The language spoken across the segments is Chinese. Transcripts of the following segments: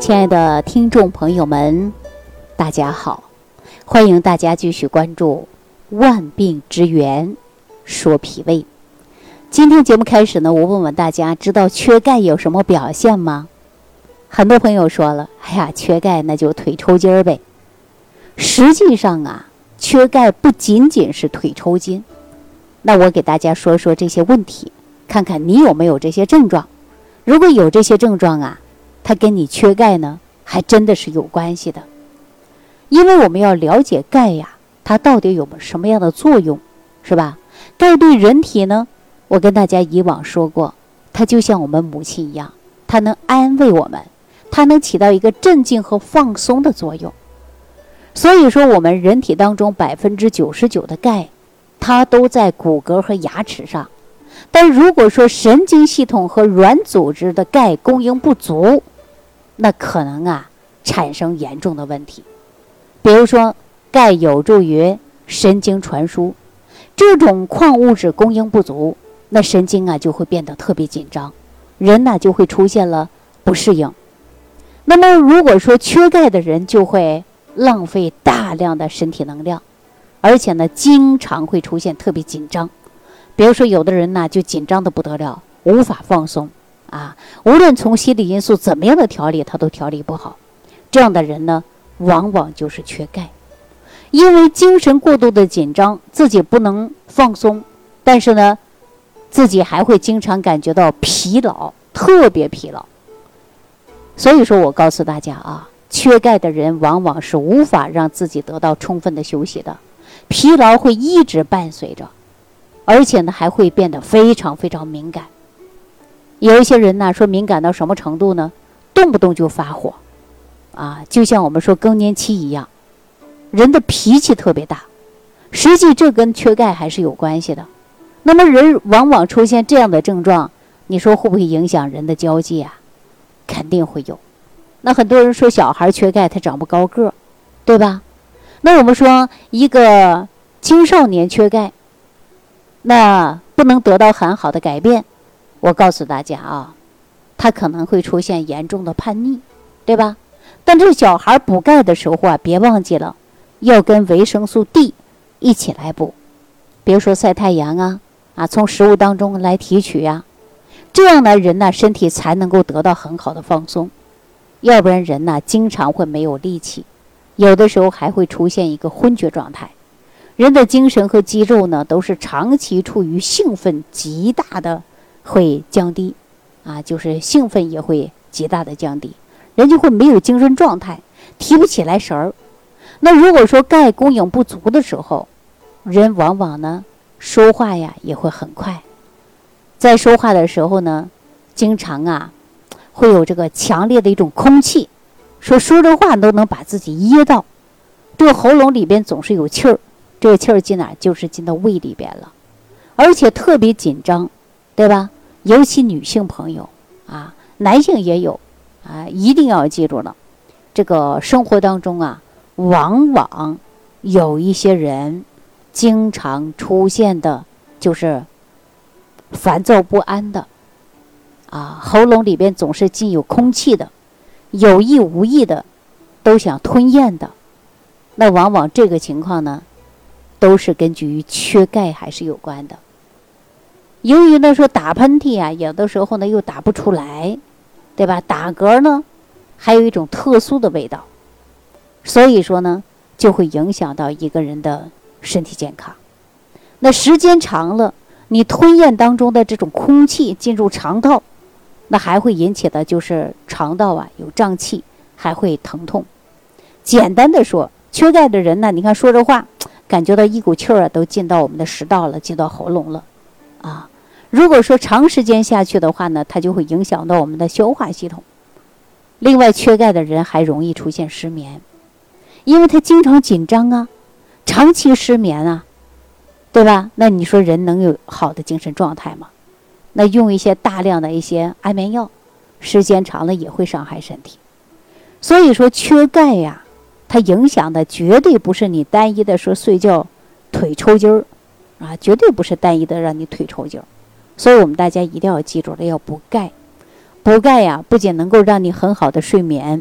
亲爱的听众朋友们，大家好，欢迎大家继续关注万病之源说脾胃。今天节目开始呢，我问问大家，知道缺钙有什么表现吗？很多朋友说了，哎呀，缺钙那就腿抽筋呗。实际上啊，缺钙不仅仅是腿抽筋。那我给大家说说这些问题，看看你有没有这些症状。如果有这些症状啊，它跟你缺钙呢，还真的是有关系的。因为我们要了解钙呀，它到底有什么样的作用，是吧？钙对人体呢，我跟大家以往说过，它就像我们母亲一样，它能安慰我们，它能起到一个镇静和放松的作用。所以说，我们人体当中99%的钙，它都在骨骼和牙齿上。但如果说神经系统和软组织的钙供应不足，那可能啊产生严重的问题。比如说，钙有助于神经传输，这种矿物质供应不足，那神经啊就会变得特别紧张，人呢就会出现了不适应。那么如果说缺钙的人，就会浪费大量的身体能量，而且呢经常会出现特别紧张。比如说有的人呢就紧张的不得了，无法放松啊，无论从心理因素怎么样的调理，他都调理不好。这样的人呢，往往就是缺钙。因为精神过度的紧张，自己不能放松，但是呢，自己还会经常感觉到疲劳，特别疲劳。所以说我告诉大家啊，缺钙的人往往是无法让自己得到充分的休息的，疲劳会一直伴随着，而且呢还会变得非常非常敏感。有一些人呢说敏感到什么程度呢？动不动就发火啊，就像我们说更年期一样，人的脾气特别大。实际这跟缺钙还是有关系的。那么人往往出现这样的症状，你说会不会影响人的交际啊？肯定会有。那很多人说小孩缺钙他长不高个，对吧？那我们说一个青少年缺钙，那不能得到很好的改变。我告诉大家啊，他可能会出现严重的叛逆，对吧？但是小孩补钙的时候啊，别忘记了要跟维生素 D 一起来补。比如说晒太阳啊，从食物当中来提取呀，这样呢人呢身体才能够得到很好的放松。要不然人呢经常会没有力气，有的时候还会出现一个昏厥状态。人的精神和肌肉呢都是长期处于兴奋极大的会降低啊，就是兴奋也会极大的降低，人就会没有精神状态，提不起来神儿。那如果说钙供应不足的时候，人往往呢说话呀也会很快，在说话的时候呢经常啊会有这个强烈的一种空气，说着话都能把自己噎到，这个喉咙里边总是有气儿，这个气儿进哪儿？就是进到胃里边了，而且特别紧张，对吧？尤其女性朋友啊，男性也有啊，一定要记住了。这个生活当中啊，往往有一些人经常出现的就是烦躁不安的啊，喉咙里边总是进有空气的，有意无意的都想吞咽的。那往往这个情况呢，都是根据于缺钙还是有关的。由于呢说打喷嚏啊，有的时候呢又打不出来，对吧？打嗝呢还有一种特殊的味道，所以说呢就会影响到一个人的身体健康。那时间长了，你吞咽当中的这种空气进入肠道，那还会引起的就是肠道啊有胀气，还会疼痛。简单的说，缺钙的人呢，你看说着话感觉到一股气儿啊都进到我们的食道了，进到喉咙了啊。如果说长时间下去的话呢，它就会影响到我们的消化系统。另外，缺钙的人还容易出现失眠，因为他经常紧张啊，长期失眠啊，对吧？那你说人能有好的精神状态吗？那用一些大量的一些安眠药，时间长了也会伤害身体。所以说缺钙呀，它影响的绝对不是你单一的说睡觉腿抽筋儿啊，绝对不是单一的让你腿抽筋儿。所以我们大家一定要记住了，要补钙。补钙呀，不仅能够让你很好的睡眠，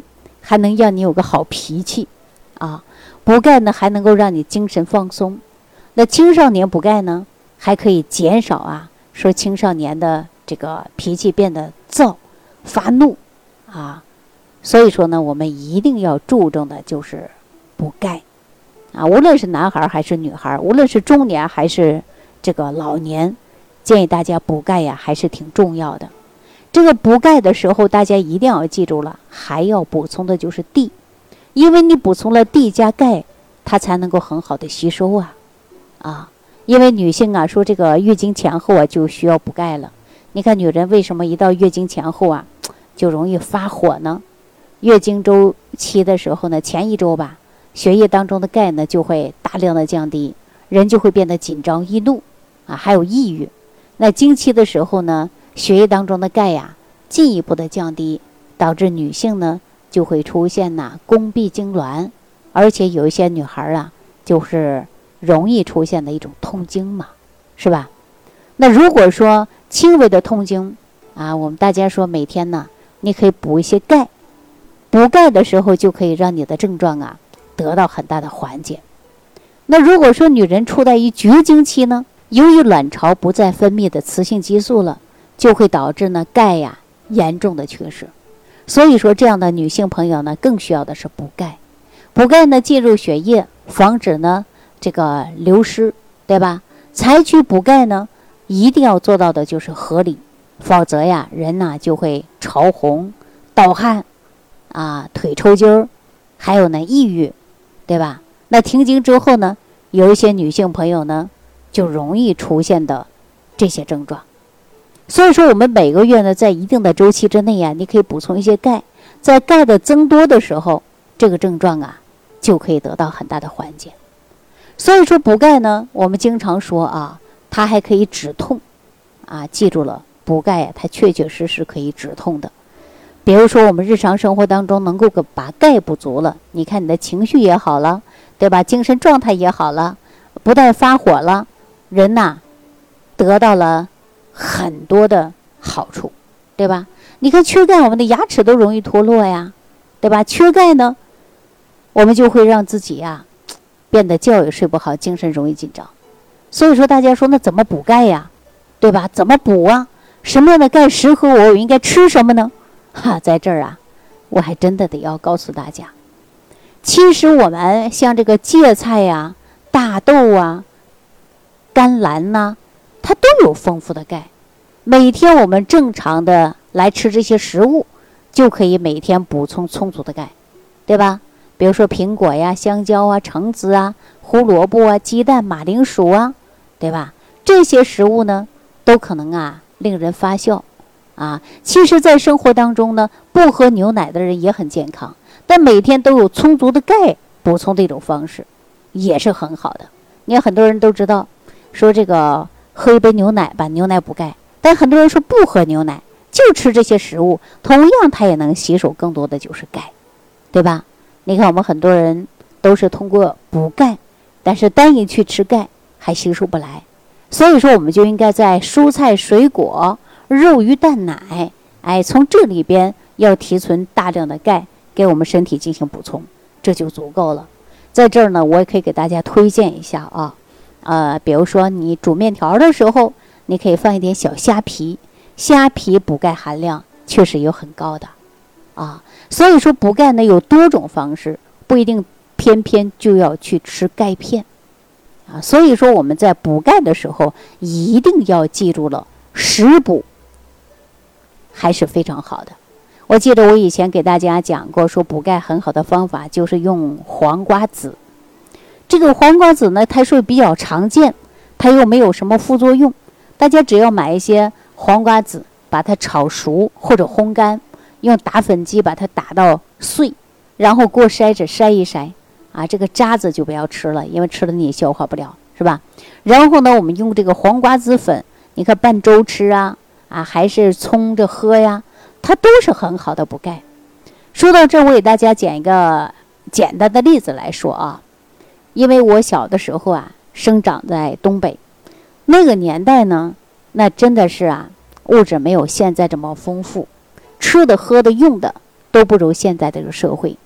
还能让你有个好脾气啊。补钙呢，还能够让你精神放松。那青少年补钙呢，还可以减少说青少年的这个脾气变得躁、发怒啊。所以说呢，我们一定要注重的就是补钙啊，无论是男孩还是女孩，无论是中年还是这个老年，建议大家补钙呀，还是挺重要的。这个补钙的时候，大家一定要记住了，还要补充的就是 D， 因为你补充了 D 加钙，它才能够很好的吸收因为女性说这个月经前后就需要补钙了。你看女人为什么一到月经前后就容易发火呢？月经周期的时候呢，前一周吧，血液当中的钙呢就会大量的降低，人就会变得紧张易怒还有抑郁。那经期的时候呢，血液当中的钙进一步的降低，导致女性呢就会出现宫闭经挛，而且有一些女孩就是容易出现的一种痛经嘛，是吧？那如果说轻微的痛经我们大家说每天呢，你可以补一些钙，补钙的时候就可以让你的症状得到很大的缓解。那如果说女人处在于绝经期呢，由于卵巢不再分泌的雌性激素了，就会导致呢钙严重的缺失。所以说这样的女性朋友呢，更需要的是补钙。补钙呢进入血液，防止呢这个流失，对吧？采取补钙呢，一定要做到的就是合理，否则人就会潮红、盗汗腿抽筋还有呢抑郁，对吧？那停经之后呢，有一些女性朋友呢就容易出现的这些症状。所以说我们每个月呢，在一定的周期之内你可以补充一些钙，在钙的增多的时候，这个症状就可以得到很大的缓解。所以说补钙呢，我们经常说它还可以止痛记住了，补钙它确确实实可以止痛的。比如说我们日常生活当中能够把钙补足了，你看你的情绪也好了，对吧？精神状态也好了，不但发火了，人得到了很多的好处，对吧？你看缺钙，我们的牙齿都容易脱落呀，对吧？缺钙呢，我们就会让自己变得觉也睡不好，精神容易紧张。所以说大家说那怎么补钙呀，对吧？怎么补什么样的钙适合我应该吃什么呢？在这儿我还真的得要告诉大家，其实我们像这个芥菜大豆甘蓝它都有丰富的钙。每天我们正常的来吃这些食物，就可以每天补充充足的钙，对吧？比如说苹果香蕉橙子胡萝卜鸡蛋马铃薯对吧？这些食物呢都可能令人发笑其实在生活当中呢，不喝牛奶的人也很健康，但每天都有充足的钙补充的一种方式也是很好的。你看很多人都知道说这个喝一杯牛奶把牛奶补钙，但很多人说不喝牛奶就吃这些食物，同样它也能吸收更多的就是钙，对吧？你看我们很多人都是通过补钙，但是单一去吃钙还吸收不来。所以说我们就应该在蔬菜水果肉鱼蛋奶从这里边要提存大量的钙给我们身体进行补充，这就足够了。在这儿呢，我也可以给大家推荐一下比如说你煮面条的时候，你可以放一点小虾皮，虾皮补钙含量确实有很高的所以说补钙呢有多种方式，不一定偏偏就要去吃钙片所以说我们在补钙的时候一定要记住了，食补还是非常好的。我记得我以前给大家讲过，说补钙很好的方法就是用黄瓜籽。这个黄瓜籽呢，它是比较常见，它又没有什么副作用，大家只要买一些黄瓜籽，把它炒熟或者烘干，用打粉机把它打到碎，然后过筛子筛一筛这个渣子就不要吃了，因为吃了你也消化不了，是吧？然后呢，我们用这个黄瓜籽粉，你看拌粥吃还是冲着喝它都是很好的补钙。说到这，我给大家讲一个简单的例子来说因为我小的时候生长在东北，那个年代呢，那真的是物质没有现在这么丰富，吃的喝的用的都不如现在这个社会。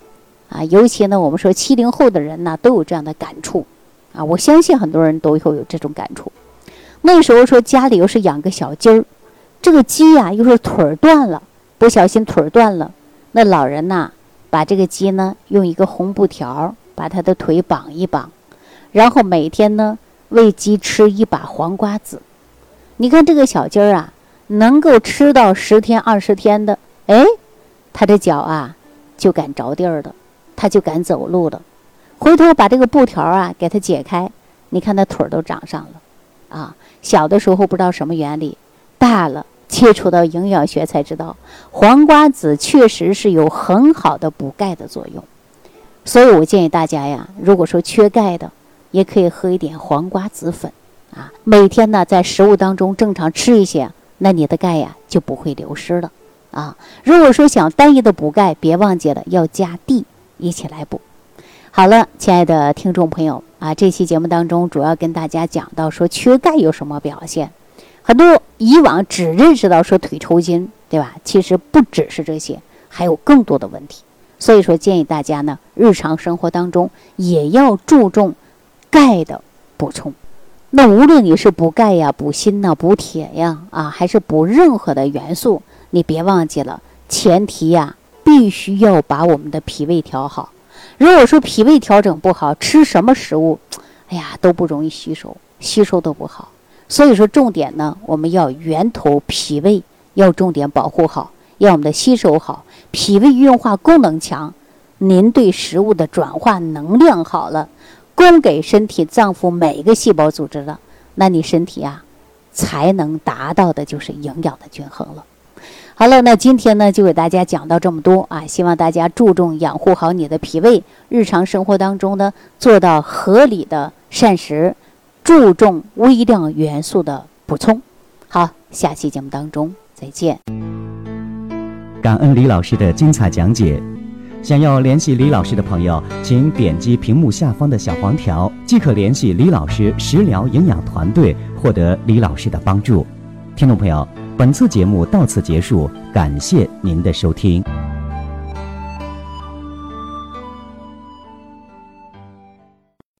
尤其呢我们说70后的人呢都有这样的感触我相信很多人都会有这种感触。那时候说家里又是养个小鸡儿，这个鸡又是腿儿断了，不小心腿儿断了，那老人把这个鸡呢用一个红布条把它的腿绑一绑，然后每天呢喂鸡吃一把黄瓜子。你看这个小鸡儿能够吃到10天20天的，它的脚就敢着地儿的，它就敢走路的。回头把这个布条给它解开，你看它腿儿都长上了小的时候不知道什么原理，大了接触到营养学才知道，黄瓜子确实是有很好的补钙的作用。所以我建议大家如果说缺钙的，也可以喝一点黄瓜子粉每天呢在食物当中正常吃一些，那你的钙就不会流失了如果说想单一的补钙，别忘记了要加D一起来补。好了，亲爱的听众朋友这期节目当中主要跟大家讲到说缺钙有什么表现。很多以往只认识到说腿抽筋，对吧？其实不只是这些，还有更多的问题。所以说建议大家呢日常生活当中也要注重钙的补充。那无论你是补钙补锌补铁还是补任何的元素，你别忘记了前提必须要把我们的脾胃调好。如果说脾胃调整不好，吃什么食物都不容易吸收都不好。所以说重点呢，我们要源头脾胃要重点保护好，要我们的吸收好，脾胃运化功能强，您对食物的转化能量好了，供给身体脏腑每一个细胞组织了，那你身体才能达到的就是营养的均衡了。好了，那今天呢就给大家讲到这么多希望大家注重养护好你的脾胃，日常生活当中呢做到合理的膳食，注重微量元素的补充。好，下期节目当中再见。 感恩李老师的精彩讲解。想要联系李老师的朋友，请点击屏幕下方的小黄条，即可联系李老师食疗营养团队，获得李老师的帮助。听众朋友，本次节目到此结束，感谢您的收听。